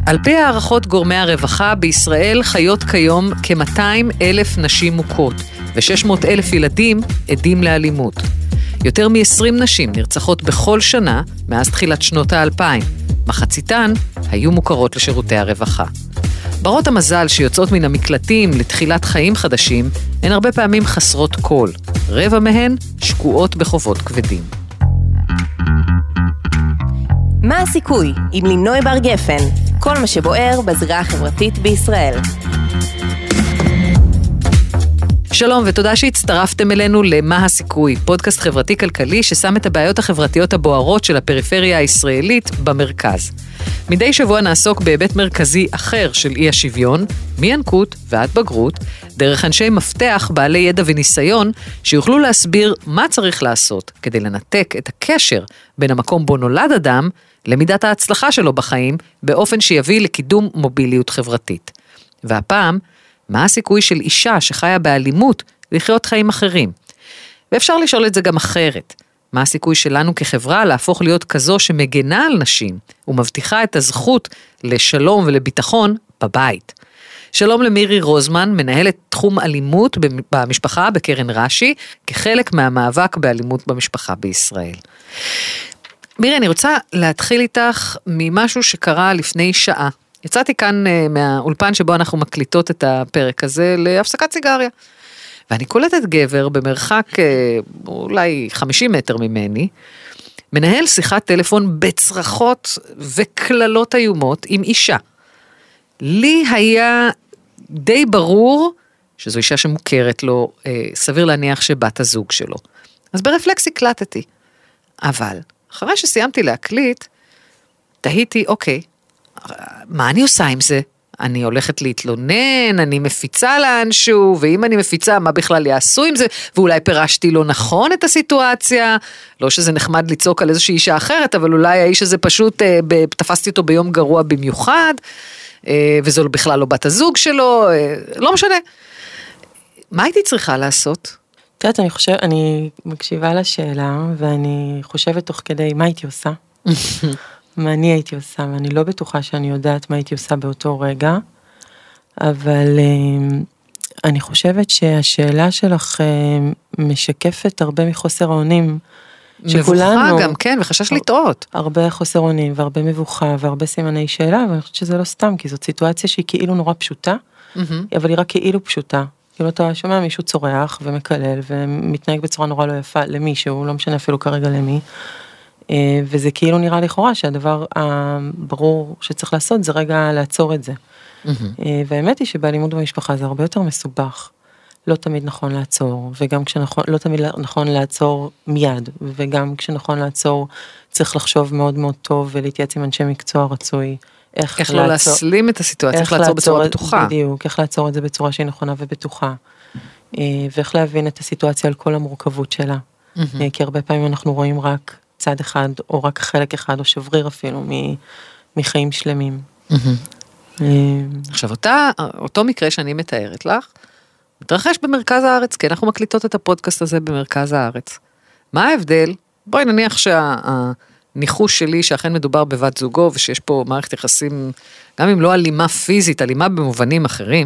על פי הערכות גורמי הרווחה, בישראל חיות כיום כ-200,000 נשים מוכות, ו-600,000 ילדים עדים לאלימות. יותר מ-20 נשים נרצחות בכל שנה מאז תחילת שנות ה-2000. מחציתן היו מוכרות לשירותי הרווחה. ברות המזל שיוצאות מן המקלטים לתחילת חיים חדשים, הן הרבה פעמים חסרות קול. רבע מהן שקועות בחובות כבדים. מה הסיכוי עם לינוי בר גפן? כל מה שבוער בזירה החברתית בישראל. שלום ותודה שהצטרפתם אלינו למה הסיכוי, פודקאסט חברתי-כלכלי ששם את הבעיות החברתיות הבוערות של הפריפריה הישראלית במרכז. מדי שבוע נעסוק בהיבט מרכזי אחר של אי השוויון, מינקות ועד בגרות, דרך אנשי מפתח בעלי ידע וניסיון שיוכלו להסביר מה צריך לעשות כדי לנתק את הקשר בין המקום בו נולד אדם למידת ההצלחה שלו בחיים באופן שיביא לקידום מוביליות חברתית. והפעם, מה הסיכוי של אישה שחיה באלימות לחיות חיים אחרים? ואפשר לשאול את זה גם אחרת. מה הסיכוי שלנו כחברה להפוך להיות כזו שמגנה על נשים ומבטיחה את הזכות לשלום ולביטחון בבית? שלום למירי רוזמן, מנהלת תחום אלימות במשפחה בקרן רש"י, כחלק מהמאבק באלימות במשפחה בישראל. מירי, אני רוצה להתחיל איתך ממשהו שקרה לפני שעה. יצאתי כאן מהאולפן שבו אנחנו מקליטות את הפרק הזה להפסקת סיגריה. ואני קולטת גבר במרחק אולי 50 מטר ממני, מנהל שיחת טלפון בצרחות וכללות איומות עם אישה. לי היה די ברור שזו אישה שמוכרת לו, סביר להניח שבת הזוג שלו. אז ברפלקס הקלטתי. אבל אחרי שסיימתי להקליט, תהיתי, אוקיי, מה אני עושה עם זה? אני הולכת להתלונן, אני מפיצה לאנשהו, ואם אני מפיצה, מה בכלל יעשו עם זה? ואולי פירשתי לא נכון את הסיטואציה, לא שזה נחמד לצעוק על איזושהי אישה אחרת, אבל אולי האיש הזה פשוט, תפסתי אותו ביום גרוע במיוחד, וזו בכלל לא בת הזוג שלו, לא משנה. מה הייתי צריכה לעשות? תראה, אני מקשיבה לשאלה, ואני חושבת תוך כדי מה הייתי עושה. מה אני הייתי עושה, ואני לא בטוחה שאני יודעת מה הייתי עושה באותו רגע, אבל אני חושבת שהשאלה שלך משקפת הרבה מחוסר האונים, מבוכה גם, כן, וחשש לטעות. הרבה חוסר אונים, והרבה מבוכה, והרבה סימני שאלה, ואני חושבת שזה לא סתם, כי זאת סיטואציה שהיא כאילו נורא פשוטה, אבל היא רק כאילו פשוטה. כאילו אתה שומע מישהו צורח ומקלל, ומתנהג בצורה נורא לא יפה למישהו, לא משנה אפילו כרגע למי, וזה כאילו נראה לכאורה שהדבר הברור שצריך לעשות זה רגע לעצור את זה. והאמת היא שבאלימות במשפחה זה הרבה יותר מסובך. לא תמיד נכון לעצור, וגם כשנכון, לא תמיד נכון לעצור מיד, וגם כשנכון לעצור צריך לחשוב מאוד מאוד טוב ולהתייעץ עם אנשי מקצוע רצוי. איך לא להסלים את הסיטואציה, איך לעצור בצורה בטוחה. בדיוק, איך לעצור את זה בצורה שהיא נכונה ובטוחה. ואיך להבין את הסיטואציה על כל המורכבות שלה. כי הרבה פעמים אנחנו רואים רק צד אחד, או רק חלק אחד, או שבריר אפילו, מחיים שלמים. עכשיו, אותו מקרה שאני מתארת לך, מתרחש במרכז הארץ, כי אנחנו מקליטות את הפודקאסט הזה במרכז הארץ. מה ההבדל? בואי נניח שהניחוש שלי, שאכן מדובר בבת זוגו, ושיש פה מערכת יחסים, גם אם לא אלימה פיזית, אלימה במובנים אחרים,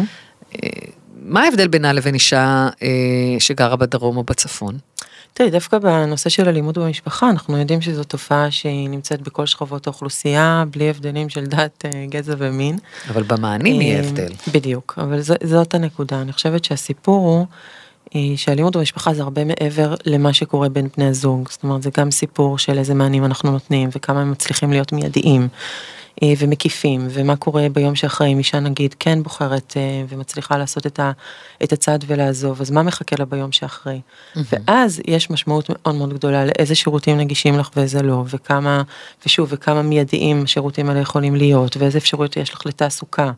מה ההבדל בינה לבין אישה שגרה בדרום או בצפון? תראי, דווקא בנושא של אלימות במשפחה, אנחנו יודעים שזו תופעה שהיא נמצאת בכל שכבות האוכלוסייה, בלי הבדלים של דת, גזע ומין. אבל במענים יהיה הבדל. בדיוק, אבל זאת הנקודה. אני חושבת שהסיפור הוא שאלימות במשפחה זה הרבה מעבר למה שקורה בין בני הזוג. זאת אומרת, זה גם סיפור של איזה מענים אנחנו נותנים, וכמה הם מצליחים להיות מיידיים ומקיפים, ומה קורה ביום שאחרי, אם אישה נגיד כן בוחרת ומצליחה לעשות את הצעד ולעזוב, אז מה מחכה לה ביום שאחרי? ואז יש משמעות מאוד מאוד גדולה לאיזה שירותים נגישים לך ואיזה לא, וכמה מיידיים השירותים האלה יכולים להיות, ואיזה אפשרויות יש לך לתעסוקה,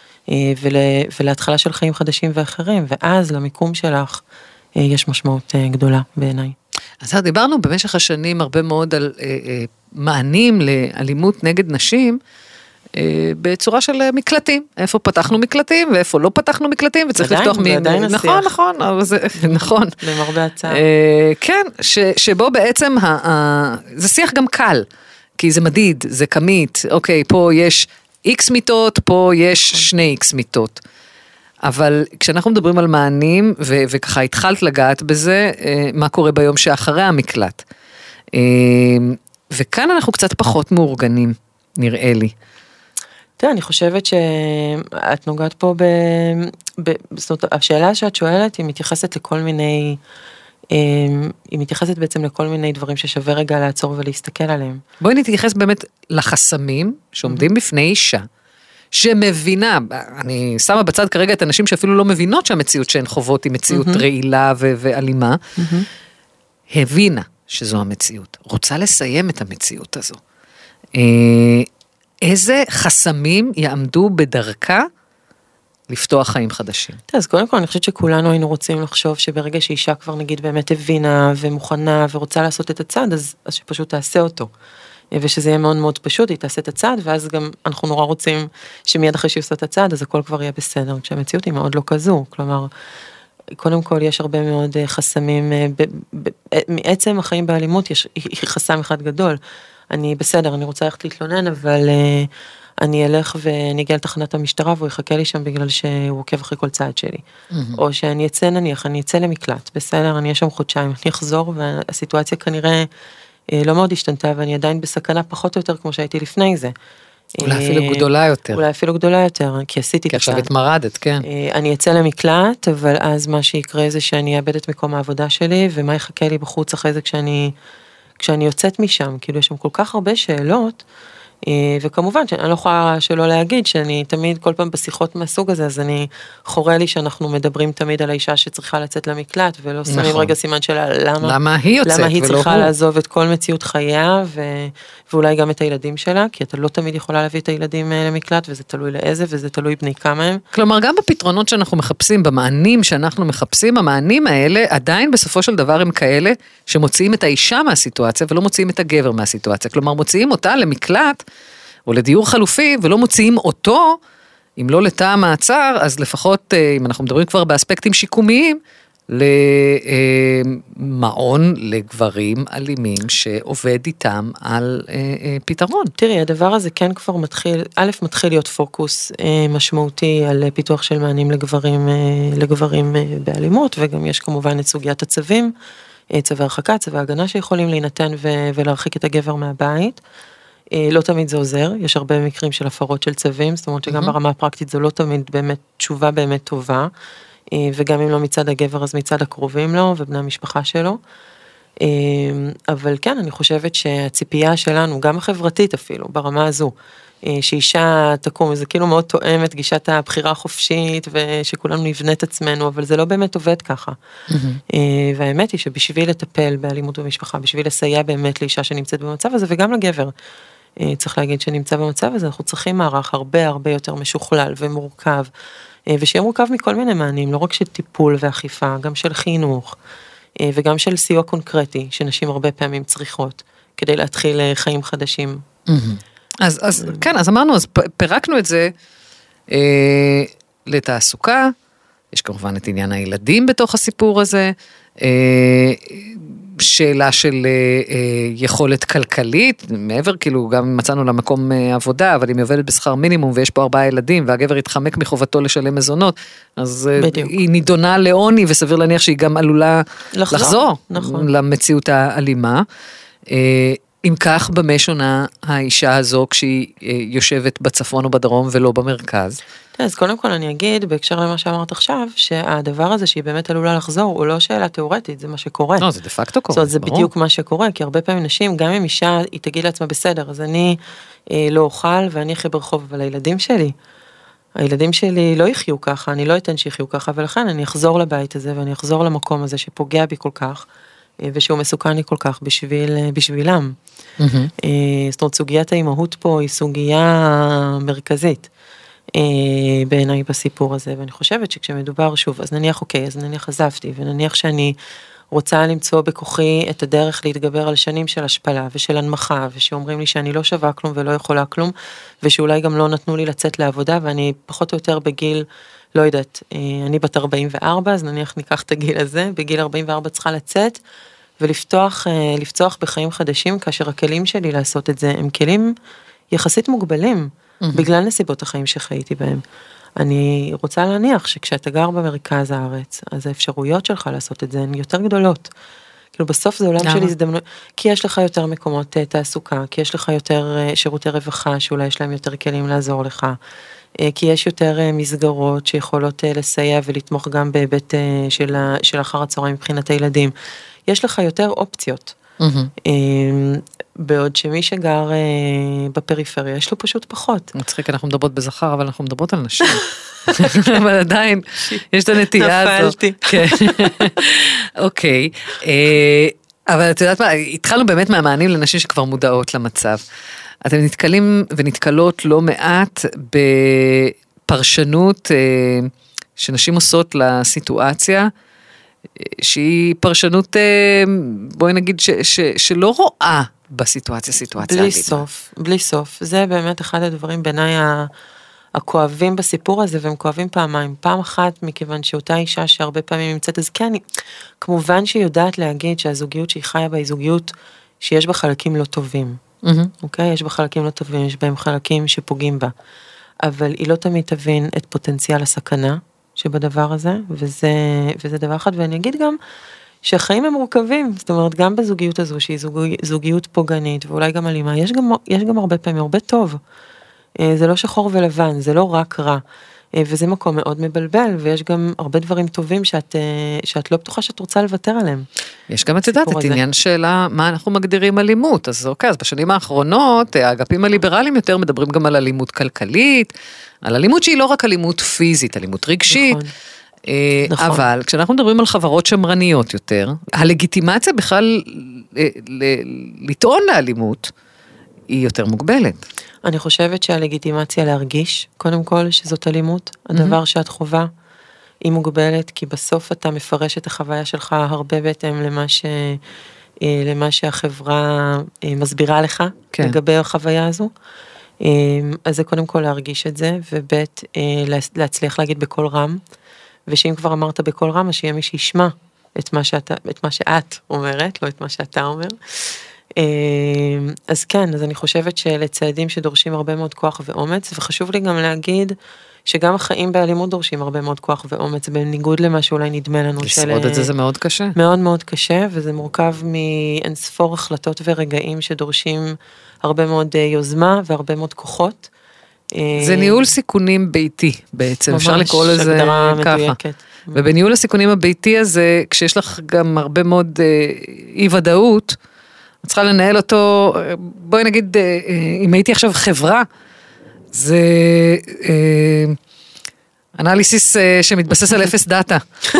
ולהתחלה של חיים חדשים ואחרים, ואז למיקום שלך יש משמעות גדולה בעיניי. אז דיברנו במשך השנים הרבה מאוד על מענים לאלימות נגד נשים, בצורה של מקלטים, איפה פתחנו מקלטים, ואיפה לא פתחנו מקלטים, וצריך לפתוח נכון, נכון, נכון. למרבה הצער. כן, שבו בעצם, זה שיח גם קל, כי זה מדיד, זה כמית, אוקיי, פה יש X מיטות, פה יש 2 X מיטות. אבל כשאנחנו מדברים על מענים, וככה התחלת לגעת בזה, מה קורה ביום שאחרי המקלט. וכאן אנחנו קצת פחות מאורגנים, נראה לי. תראה, אני חושבת שאת נוגעת פה זאת אומרת, השאלה שאת שואלת, היא מתייחסת לכל מיני, היא מתייחסת בעצם לכל מיני דברים ששווה רגע לעצור ולהסתכל עליהם. בואי נתייחס באמת לחסמים שעומדים בפני אישה, שמבינה, אני שמה בצד כרגע את הנשים שאפילו לא מבינות שהמציאות שהן חוות היא מציאות רעילה ואלימה, הבינה שזו המציאות, רוצה לסיים את המציאות הזו. איזה חסמים יעמדו בדרכה לפתוח חיים חדשים? אז קודם כל אני חושבת שכולנו היינו רוצים לחשוב שברגע שאישה כבר נגיד באמת הבינה ומוכנה ורוצה לעשות את הצעד, אז שפשוט תעשה אותו. ושזה יהיה מאוד מאוד פשוט, היא תעשה את הצעד, ואז גם אנחנו נורא רוצים שמיד אחרי שהיא עושה את הצעד, אז הכל כבר יהיה בסדר, כשהמציאות היא מאוד לא כזו, כלומר, קודם כל יש הרבה מאוד חסמים, מעצם החיים באלימות היא חסם אחד גדול, אני בסדר, אני רוצה ללכת להתלונן, אבל אני אלך ואני אגיע לתחנת המשטרה, והוא יחכה לי שם בגלל שהוא עוקב אחרי כל צעד שלי, או שאני אצא נניח, אני אצא למקלט, בסדר, אני אהיה שם חודשיים, אני אחזור, והסיטואציה כנראה לא מאוד השתנתה, ואני עדיין בסכנה פחות או יותר כמו שהייתי לפני זה. אולי אפילו גדולה יותר. אולי אפילו גדולה יותר, כי עשיתי כי עכשיו התמרדת, כן. אני אצא למקלט, אבל אז מה שיקרה זה שאני אאבד את מקום העבודה שלי, ומה יחכה לי בחוץ אחרי זה כשאני יוצאת משם, כאילו יש שם כל כך הרבה שאלות, וכמובן שאני לא יכולה שלא להגיד שאני תמיד כל פעם בשיחות מהסוג הזה, אז אני חורה לי שאנחנו מדברים תמיד על האישה שצריכה לצאת למקלט, ולא שמים רגע סימן שלה למה היא יוצאת ולא הוא. למה היא צריכה לעזוב את כל מציאות חייה, ואולי גם את הילדים שלה, כי אתה לא תמיד יכולה להביא את הילדים למקלט, וזה תלוי לאיזה, וזה תלוי בני כמה הם. כלומר, גם בפתרונות שאנחנו מחפשים, במענים שאנחנו מחפשים, המענים האלה עדיין בסופו של דבר הם כאלה שמוציאים את האישה מהסיטואציה, ולא מוציאים את הגבר מהסיטואציה. כלומר, מוציאים אותה למקלט, או לדיור חלופי, ולא מוציאים אותו, אם לא לתא מעצר, אז לפחות, אם אנחנו מדברים כבר באספקטים שיקומיים, למעון לגברים אלימים, שעובד איתם על פתרון. תראי, הדבר הזה כן כבר מתחיל להיות פוקוס משמעותי על פיתוח של מענים לגברים באלימות, וגם יש כמובן את סוגיית הצווים, צווי הרחקה, צווי הגנה שיכולים להינתן ולהרחיק את הגבר מהבית. לא תמיד זה עוזר, יש הרבה מקרים של הפרות של צווים, זאת אומרת שגם ברמה הפרקטית זו לא תמיד באמת תשובה באמת טובה, וגם אם לא מצד הגבר אז מצד הקרובים לו ובני המשפחה שלו, אבל כן, אני חושבת שהציפייה שלנו, גם החברתית אפילו, ברמה הזו, שאישה תקום, זה כאילו מאוד תואם את גישת הבחירה החופשית, ושכולנו נבנה את עצמנו, אבל זה לא באמת עובד ככה. והאמת היא שבשביל לטפל באלימות במשפחה, בשביל לסייע באמת לאישה שנמצאת במצב הזה, וגם לגבר, צריך להגיד שנמצא במצב הזה, אנחנו צריכים מערך הרבה הרבה יותר משוכלל ומורכב, ושיהיה מורכב מכל מיני מענים, לא רק של טיפול ואכיפה, גם של חינוך, וגם של סיוע קונקרטי, שנשים הרבה פעמים צריכות, כדי להתחיל חיים חדשים. אז כן, אז אמרנו, אז פירקנו את זה לתעסוקה, יש כמובן את עניין הילדים בתוך הסיפור הזה, שאלה של יכולת כלכלית, מעבר כאילו גם מצאנו לה מקום עבודה, אבל אם היא עובדת בשכר מינימום ויש פה 4 ילדים, והגבר יתחמק מחובתו לשלם מזונות, אז היא נידונה לעוני, וסביר להניח שהיא גם עלולה לחזור למציאות האלימה. אם כך, במה שונה האישה הזו כשהיא יושבת בצפון או בדרום ולא במרכז? אז קודם כל אני אגיד, בהקשר למה שאמרת עכשיו, שהדבר הזה שהיא באמת עלולה לחזור, הוא לא שאלה תיאורטית, זה מה שקורה. לא, זה דה פקטו קורה. זאת אומרת, זה בדיוק מה שקורה, כי הרבה פעמים נשים, גם אם אישה, היא תגיד לעצמה בסדר, אז אני לא אוכל ואני אחיה ברחוב, אבל הילדים שלי לא יחיו ככה, אני לא אתן שיחיו ככה, ולכן אני אחזור לבית הזה, ואני אחזור למקום הזה שפוגע בי כל כך, ושהוא מסוכן לי כל כך בשבילם. זאת אומרת, סוגיית האימהות פה היא סוגיה מרכזית בעיניי בסיפור הזה, ואני חושבת שכשמדובר שוב, אז נניח אוקיי, אז נניח עזבתי, ונניח שאני רוצה למצוא בכוחי את הדרך להתגבר על שנים של השפלה ושל הנמכה, ושאומרים לי שאני לא שווה כלום ולא יכולה כלום, ושאולי גם לא נתנו לי לצאת לעבודה, ואני פחות או יותר בגיל, לא יודעת, אני בת 44, אז נניח ניקח את הגיל הזה, בגיל 44 צריכה לצאת, ולפתוח בחיים חדשים, כאשר הכלים שלי לעשות את זה, הם כלים יחסית מוגבלים. בגלל נסיבות החיים שחייתי בהם. אני רוצה להניח שכשאתה גר במרכז הארץ, אז האפשרויות שלך לעשות את זה הן יותר גדולות. כאילו בסוף זה עולם של הזדמנות, כי יש לך יותר מקומות תעסוקה, כי יש לך יותר שירותי רווחה, שאולי יש להם יותר כלים לעזור לך, כי יש יותר מסגרות שיכולות לסייע ולתמוך גם בהיבט של אחר הצהריים מבחינת הילדים. יש לך יותר אופציות. בעוד שמי שגר בפריפריה יש לו פשוט פחות. מצחיק, אנחנו מדברות בזכר, אבל אנחנו מדברות על נשים. אבל עדיין, יש את הנטייה הזו. נפלתי. אוקיי, אבל את יודעת מה, התחלנו באמת מהמענים לנשים שכבר מודעות למצב. אתם נתקלים ונתקלות לא מעט בפרשנות שנשים עושות לסיטואציה, שהיא פרשנות, בואי נגיד, שלא רואה בסיטואציה, סיטואציה. בלי סוף. זה באמת אחד הדברים בעיניי הכואבים בסיפור הזה, והם כואבים פעמיים. פעם אחת, מכיוון שאותה אישה שהרבה פעמים נמצאת, אז כן, כמובן שהיא יודעת להגיד שהזוגיות שהיא חיה בה היא זוגיות שיש בה חלקים לא טובים. אוקיי? יש בה חלקים לא טובים, יש בהם חלקים שפוגעים בה. אבל היא לא תמיד תבין את פוטנציאל הסכנה שבדבר הזה, וזה דבר אחד, ואני אגיד גם שהחיים הם מורכבים, זאת אומרת, גם בזוגיות הזו, שהיא זוגיות פוגענית, ואולי גם אלימה, יש גם הרבה פעמים, הרבה טוב. זה לא שחור ולבן, זה לא רק רע, וזה מקום מאוד מבלבל, ויש גם הרבה דברים טובים שאת לא בטוחה שאת רוצה לוותר עליהם. יש גם את יודעת, את עניין שאלה, מה אנחנו מגדירים אלימות, אז אוקיי, אז בשנים האחרונות, האגפים הליברליים יותר מדברים גם על אלימות כלכלית, על אלימות שהיא לא רק אלימות פיזית, אלימות רגשית, נכון. אבל כשאנחנו מדברים על חברות שמרניות יותר, הלגיטימציה בכלל לטעון לאלימות, היא יותר מוגבלת. אני חושבת שהלגיטימציה להרגיש, קודם כל, שזאת אלימות, הדבר שאת חובה, היא מוגבלת, כי בסוף אתה מפרש את החוויה שלך הרבה בהתאם למה שהחברה מסבירה לך, כן. לגבי החוויה הזו. אז זה קודם כל להרגיש את זה, ובית להצליח להגיד בכל רם, ושאם כבר אמרת בכל רם, אז שיהיה מי שישמע את מה שאת אומרת, לא את מה שאתה אומר. אז כן, אז אני חושבת שלצעדים שדורשים הרבה מאוד כוח ואומץ, וחשוב לי גם להגיד שגם החיים באלימות דורשים הרבה מאוד כוח ואומץ, בניגוד למה שאולי נדמה לנו. לשרוד את זה מאוד קשה. מאוד מאוד קשה, וזה מורכב מאינספור החלטות ורגעים שדורשים הרבה מאוד יוזמה והרבה מאוד כוחות. זה ניהול סיכונים ביתי בעצם, אפשר לקרוא לזה ככה. ובניהול הסיכונים הביתי הזה, כשיש לך גם הרבה מאוד אי ודאות, את צריכה לנהל אותו, בואי נגיד, אם הייתי עכשיו חברה, זה אנליסיס שמתבסס על אפס דאטה.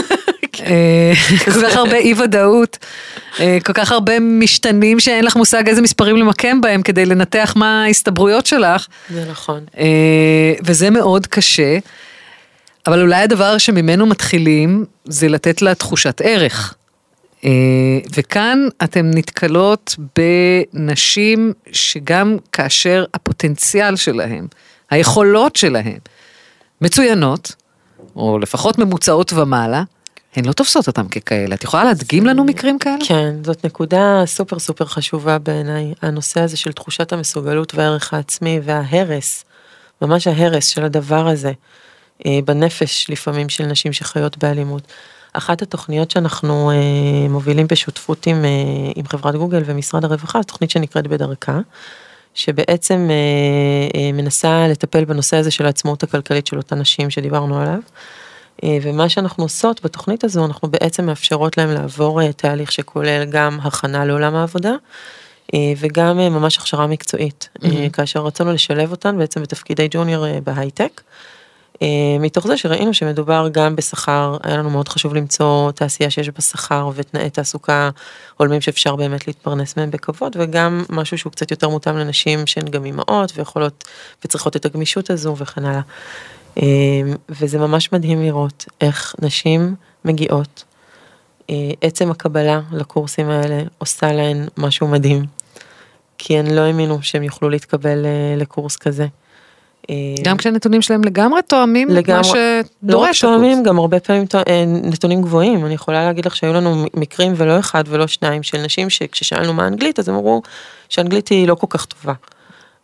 כל כך הרבה אי ודאות, כל כך הרבה משתנים שאין לך מושג איזה מספרים למקם בהם, כדי לנתח מה ההסתברויות שלך. זה נכון. וזה מאוד קשה, אבל אולי הדבר שממנו מתחילים, זה לתת לה תחושת ערך. וכאן אתם נתקלות בנשים שגם כאשר הפוטנציאל שלהם, היכולות שלהם, מצוינות, או לפחות ממוצעות ומעלה, הן לא תופסות אותם ככאלה. את יכולה להדגים לנו מקרים כאלה? כן, זאת נקודה סופר סופר חשובה בעיניי, הנושא הזה של תחושת המסוגלות והערך העצמי וההרס, ממש ההרס של הדבר הזה, בנפש לפעמים של נשים שחיות באלימות. אחת התוכניות שאנחנו מובילים בשותפות עם חברת גוגל ומשרד הרווחה, תוכנית שנקראת בדרכה, שבעצם מנסה לטפל בנושא הזה של העצמאות הכלכלית של אותן נשים שדיברנו עליו, ומה שאנחנו עושות בתוכנית הזו, אנחנו בעצם מאפשרות להם לעבור תהליך שכולל גם הכנה לעולם העבודה, וגם ממש הכשרה מקצועית, כאשר רצינו לשלב אותן בעצם בתפקידי ג'וניור בהייטק, מתוך זה שראינו שמדובר גם בשכר, היה לנו מאוד חשוב למצוא תעשייה שיש בשכר ותנאי תעסוקה הולמים שאפשר באמת להתפרנס מהם בכבוד, וגם משהו שהוא קצת יותר מותאם לנשים שהן גם אימהות ויכולות וצריכות את הגמישות הזו וכן הלאה. וזה ממש מדהים לראות איך נשים מגיעות, עצם הקבלה לקורסים האלה עושה להן משהו מדהים, כי הן לא האמינו שהם יוכלו להתקבל לקורס כזה. גם כשהנתונים שלהם לגמרי תואמים, מה שדורש לא תואמים, גם הרבה פעמים נתונים גבוהים. אני יכולה להגיד לך שהיו לנו מקרים ולא אחד ולא שניים של נשים שכששאלנו מה אנגלית, אז הם אמרו שאנגלית היא לא כל כך טובה.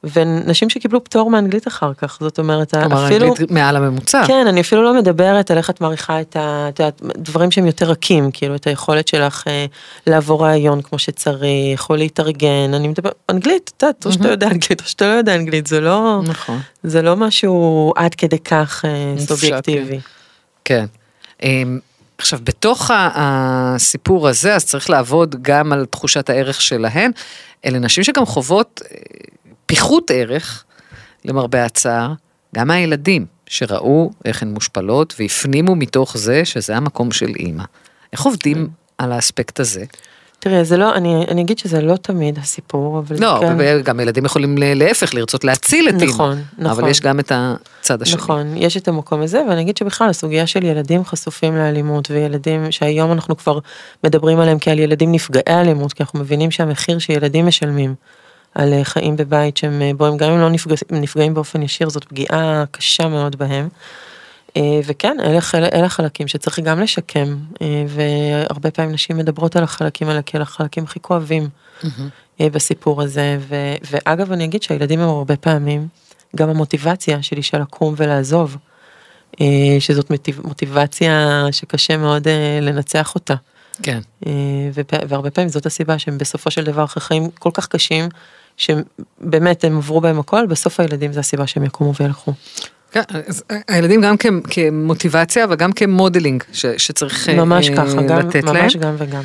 ונשים שקיבלו פטור מאנגלית אחר כך, זאת אומרת, כלומר, אפילו... אנגלית מעל הממוצע. כן, אני אפילו לא מדברת על איך את מעריכה את הדברים שהם יותר רכים, כאילו את היכולת שלך לעבור רעיון כמו שצריך, או להתארגן, אני מדבר, אנגלית, או שאתה יודע אנגלית, או שאתה לא יודע אנגלית, זה לא... נכון. זה לא משהו עד כדי כך סובייקטיבי. כן. עכשיו, בתוך הסיפור הזה, אז צריך לעבוד גם על תחושת הערך שלהן, אלה נשים שגם חוות פיחות ערך, למרבה הצער, גם מהילדים שראו איך הן מושפלות, והפנימו מתוך זה שזה המקום של אימא. איך עובדים על האספקט הזה? תראה, זה לא, אני אגיד שזה לא תמיד הסיפור, אבל לא, כן. גם ילדים יכולים להפך, לרצות להציל את אימא. נכון, נכון. אבל יש גם את הצד השני. נכון, יש את המקום הזה, ואני אגיד שבכלל, הסוגיה של ילדים חשופים לאלימות, וילדים שהיום אנחנו כבר מדברים עליהם כעל ילדים נפגעי אלימות, כי אנחנו מבינים שהמחיר שילדים משלמים על חיים בבית, בו הם גם אם לא נפגעים באופן ישיר, זאת פגיעה קשה מאוד בהם. וכן, אלה החלקים שצריך גם לשקם, והרבה פעמים נשים מדברות על החלקים האלה, כי אלה החלקים הכי כואבים בסיפור הזה, ואגב אני אגיד שהילדים הם הרבה פעמים, גם המוטיבציה של אישה לקום ולעזוב, שזאת מוטיבציה שקשה מאוד לנצח אותה. כן. והרבה פעמים זאת הסיבה שהם בסופו של דבר אחרי חיים כל כך קשים, שבאמת הם עברו בהם הכל, בסוף הילדים זה הסיבה שהם יקומו וילכו. כן, הילדים גם כמוטיבציה וגם כמודלינג שצריך ממש ככה, לתת להם. ממש גם וגם.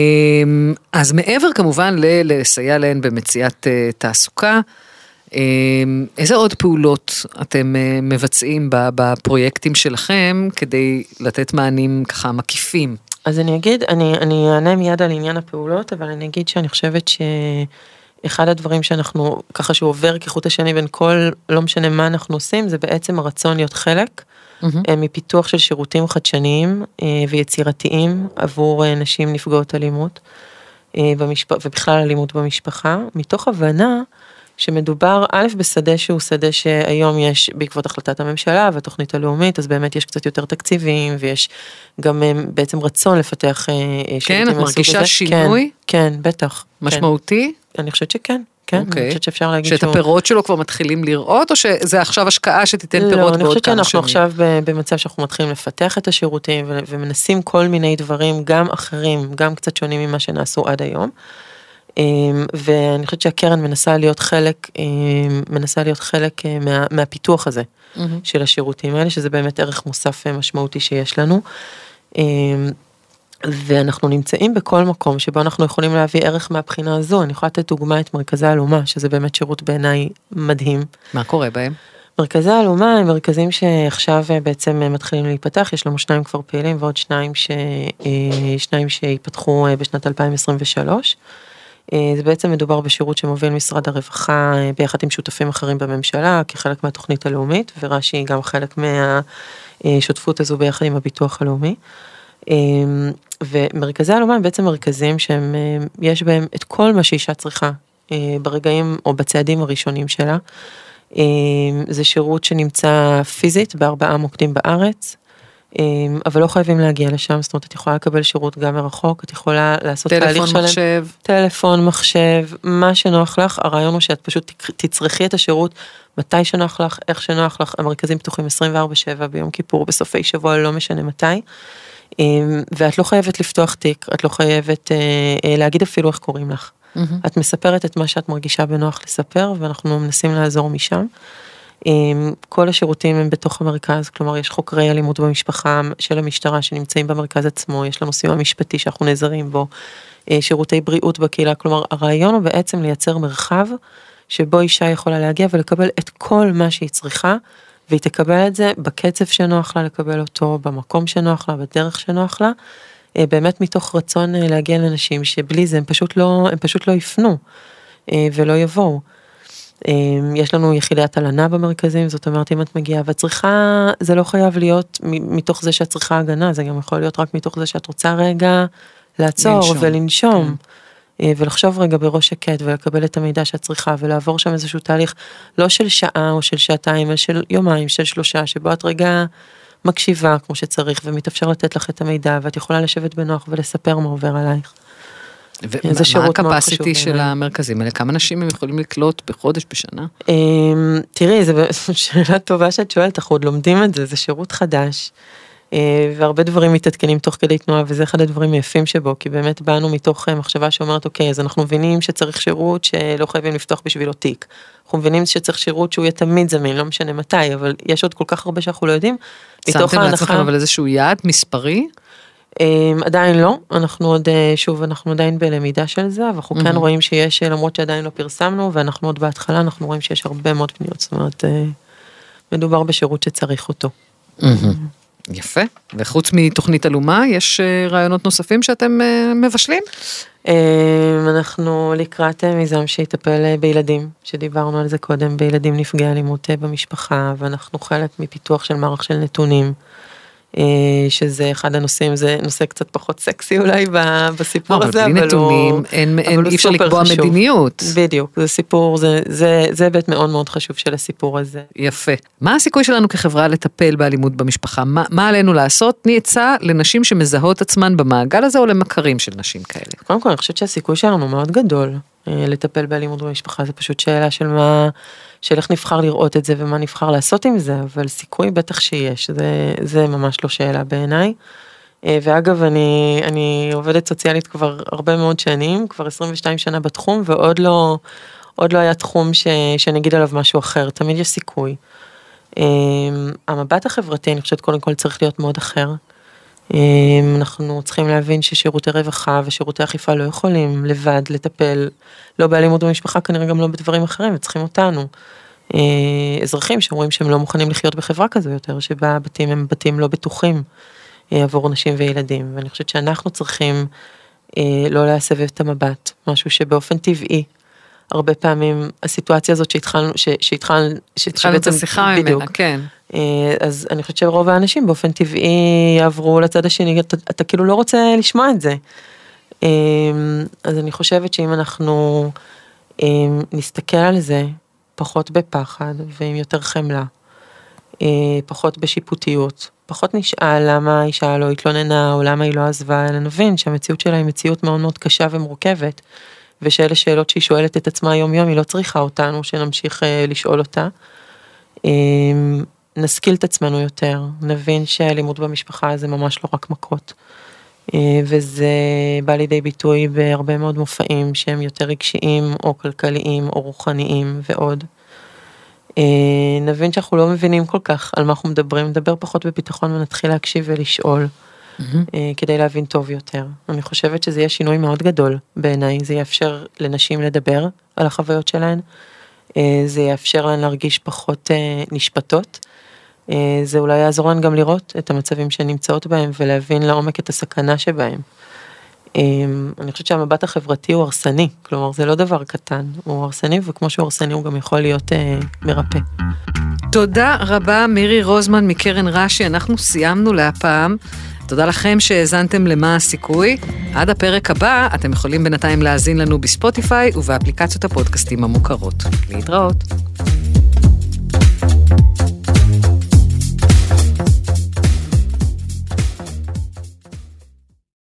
אז מעבר כמובן לסייע להן במציאת תעסוקה, איזה עוד פעולות אתם מבצעים בפרויקטים שלכם כדי לתת מענים ככה מקיפים? אז אני אגיד, אני אענה מיד על עניין הפעולות, אבל אני אגיד שאני חושבת אחד הדברים שאנחנו, ככה שהוא עובר כחוט השני בין כל, לא משנה מה אנחנו עושים, זה בעצם הרצון להיות חלק מפיתוח של שירותים חדשניים ויצירתיים עבור נשים נפגעות אלימות, ובכלל אלימות במשפחה, מתוך הבנה שמדובר א' בשדה שהוא שדה שהיום יש בעקבות החלטת הממשלה והתוכנית הלאומית, אז באמת יש קצת יותר תקציבים, ויש גם בעצם רצון לפתח שירותים. כן, את מרגישה שינוי? כן, בטח. משמעותי? אני חושבת שכן, כן, אני חושבת שאפשר להגיד שאת הפירות שלו כבר מתחילים לראות, או שזה עכשיו השקעה שתיתן פירות בעוד כמה שנים? לא, אני חושבת שאנחנו עכשיו במצב שאנחנו מתחילים לפתח את השירותים, ומנסים כל מיני דברים, גם אחרים, גם קצת שונים ממה שנעשו עד היום, ואני חושבת שהקרן מנסה להיות חלק מהפיתוח הזה של השירותים האלה, שזה באמת ערך מוסף משמעותי שיש לנו, ואנחנו נמצאים בכל מקום שבו אנחנו יכולים להביא ערך מהבחינה הזו. אני יכולה לתת דוגמה את מרכזי אלומה, שזה באמת שירות בעיניי מדהים. מה קורה בהם? מרכזי אלומה הם מרכזים שעכשיו בעצם מתחילים להיפתח, יש לנו 2 כבר פעילים ועוד 2 שיפתחו בשנת 2023. זה בעצם מדובר בשירות שמוביל משרד הרווחה ביחד עם שותפים אחרים בממשלה, כחלק מהתוכנית הלאומית, ורש"י היא גם חלק מהשותפות הזו ביחד עם הביטוח הלאומי. ומרכזי אלומה הם בעצם מרכזים שיש בהם את כל מה שאישה צריכה ברגעים או בצעדים הראשונים שלה. זה שירות שנמצא פיזית ב4 מוקדים בארץ, אבל לא חייבים להגיע לשם, זאת אומרת, את יכולה לקבל שירות גם מרחוק, את יכולה לעשות תהליך שלם. מחשב. טלפון, מחשב, מה שנוח לך, הרעיון הוא שאת פשוט תצרכי את השירות, מתי שנוח לך, איך שנוח לך, המרכזים פתוחים 24/7 ביום כיפור, בסופי שבוע, לא משנה מתי, ואת לא חייבת לפתוח תיק, את לא חייבת להגיד אפילו איך קוראים לך. את מספרת את מה שאת מרגישה בנוח לספר, ואנחנו מנסים לעזור משם. כל השירותים הם בתוך המרכז, כלומר יש חוקרי אלימות במשפחה של המשטרה שנמצאים במרכז עצמו, יש לנו סיוע משפטי שאנחנו נעזרים בו, שירותי בריאות בקהילה, כלומר הרעיון הוא בעצם לייצר מרחב שבו אישה יכולה להגיע ולקבל את כל מה שהיא צריכה, והיא תקבל את זה בקצב שנוח לה לקבל אותו, במקום שנוח לה, בדרך שנוח לה, באמת מתוך רצון להגיע לנשים שבלי זה הם פשוט לא יפנו ולא יבואו. יש לנו יחידת הלנה במרכזים, זאת אומרת אם את מגיעה ואת צריכה, זה לא חייב להיות מתוך זה שאת צריכה הגנה, זה גם יכול להיות רק מתוך זה שאת רוצה רגע לעצור ולנשום, ולחשוב רגע בראש שקט ולקבל את המידע שאת צריכה ולעבור שם איזשהו תהליך, לא של שעה או של שעתיים, אלא של יומיים, של 3, שבו את רגע מקשיבה כמו שצריך ומתאפשר לתת לך את המידע, ואת יכולה לשבת בנוח ולספר מה עובר עלייך. ומה הקפסיטי של המרכזים האלה? כמה אנשים הם יכולים לקלוט בחודש, בשנה? תראי, זו שאלה טובה שאת שואלת, אנחנו עוד לומדים את זה, זה שירות חדש, והרבה דברים מתעדכנים תוך כדי תנועה, וזה אחד הדברים היפים שבו, כי באמת באנו מתוך מחשבה שאומרת, אוקיי, אז אנחנו מבינים שצריך שירות שלא חייבים לפתוח בשבילו תיק, אנחנו מבינים שצריך שירות שהוא יהיה תמיד זמין, לא משנה מתי, אבל יש עוד כל כך הרבה שאנחנו לא יודעים. שמתם לעצמכם אבל איזשהו יעד מספרי? עדיין לא, אנחנו עוד, שוב, אנחנו עדיין בלמידה של זה, אבל אנחנו כן רואים שיש, למרות שעדיין לא פרסמנו, ואנחנו עוד בהתחלה, אנחנו רואים שיש הרבה מאוד פניות, זאת אומרת, מדובר בשירות שצריך אותו. יפה, וחוץ מתוכנית אלומה, יש רעיונות נוספים שאתם מבשלים? אנחנו לקראת מיזם שיטפל בילדים, שדיברנו על זה קודם, בילדים נפגעי אלימות במשפחה, ואנחנו חלק מפיתוח של מערך של נתונים, שזה אחד הנושאים, זה נושא קצת פחות סקסי אולי בסיפור הזה, אבל בלי נתונים, אי אפשר לקבוע מדיניות. בדיוק, זה סיפור, זה היבט מאוד מאוד חשוב של הסיפור הזה. יפה. מה הסיכוי שלנו כחברה לטפל באלימות במשפחה? מה עלינו לעשות? תני עצה לנשים שמזהות עצמן במעגל הזה, או למכרים של נשים כאלה? קודם כל, אני חושבת שהסיכוי שלנו מאוד גדול לטפל באלימות במשפחה, זה פשוט שאלה של איך נבחר לראות את זה ומה נבחר לעשות עם זה, אבל סיכוי בטח שיש, זה ממש לא שאלה בעיניי. ואגב, אני עובדת סוציאלית כבר הרבה מאוד שנים, כבר 22 שנה בתחום, ועוד לא היה תחום שנגיד עליו משהו אחר, תמיד יש סיכוי. המבט החברתי, אני חושבת קודם כל צריך להיות מאוד אחר. אנחנו צריכים להבין ששירותי רווחה ושירותי אכיפה לא יכולים לבד לטפל, לא באלימות במשפחה, כנראה גם לא בדברים אחרים, וצריכים אותנו. אזרחים שאומרים שהם לא מוכנים לחיות בחברה כזו יותר, שבה הבתים הם בתים לא בטוחים עבור נשים וילדים, ואני חושבת שאנחנו צריכים לא להסב את המבט, משהו שבאופן טבעי, הרבה פעמים הסיטואציה הזאת שהתחלנו את השיחה ממנה, כן. אז אני חושבת שרוב האנשים באופן טבעי יעברו לצד השני, אתה כאילו לא רוצה לשמוע את זה. אז אני חושבת שאם אנחנו נסתכל על זה, פחות בפחד ועם יותר חמלה, פחות בשיפוטיות, פחות נשאל למה האישה לא התלוננה או למה היא לא עזבה, אלא נבין שהמציאות שלה היא מציאות מאוד מאוד קשה ומורכבת, ושאלה שאלות שהיא שואלת את עצמה יום יום, היא לא צריכה אותנו שנמשיך לשאול אותה. נשכיל את עצמנו יותר, נבין שהאלימות במשפחה זה ממש לא רק מכות, וזה בא לידי ביטוי בהרבה מאוד מופעים שהם יותר רגשיים או כלכליים או רוחניים ועוד. נבין שאנחנו לא מבינים כל כך על מה אנחנו מדברים, נדבר פחות בביטחון ונתחיל להקשיב ולשאול, כדי להבין טוב יותר. אני חושבת שזה יהיה שינוי מאוד גדול בעיניי, זה יאפשר לנשים לדבר על החוויות שלהן, זה יאפשר להן להרגיש פחות נשפטות, זה אולי יעזור להן גם לראות את המצבים שנמצאות בהם ולהבין לעומק את הסכנה שבהם. אני חושבת שהמבט החברתי הוא הרסני, כלומר זה לא דבר קטן, הוא הרסני וכמו שהוא הרסני הוא גם יכול להיות מרפא. תודה רבה מירי רוזמן מקרן רש"י, אנחנו סיימנו להפעם. תודה לכם שהאזנתם למה הסיכוי. עד הפרק הבא אתם יכולים בינתיים להאזין לנו בספוטיפיי ובאפליקציות הפודקאסטים המוכרות. להתראות.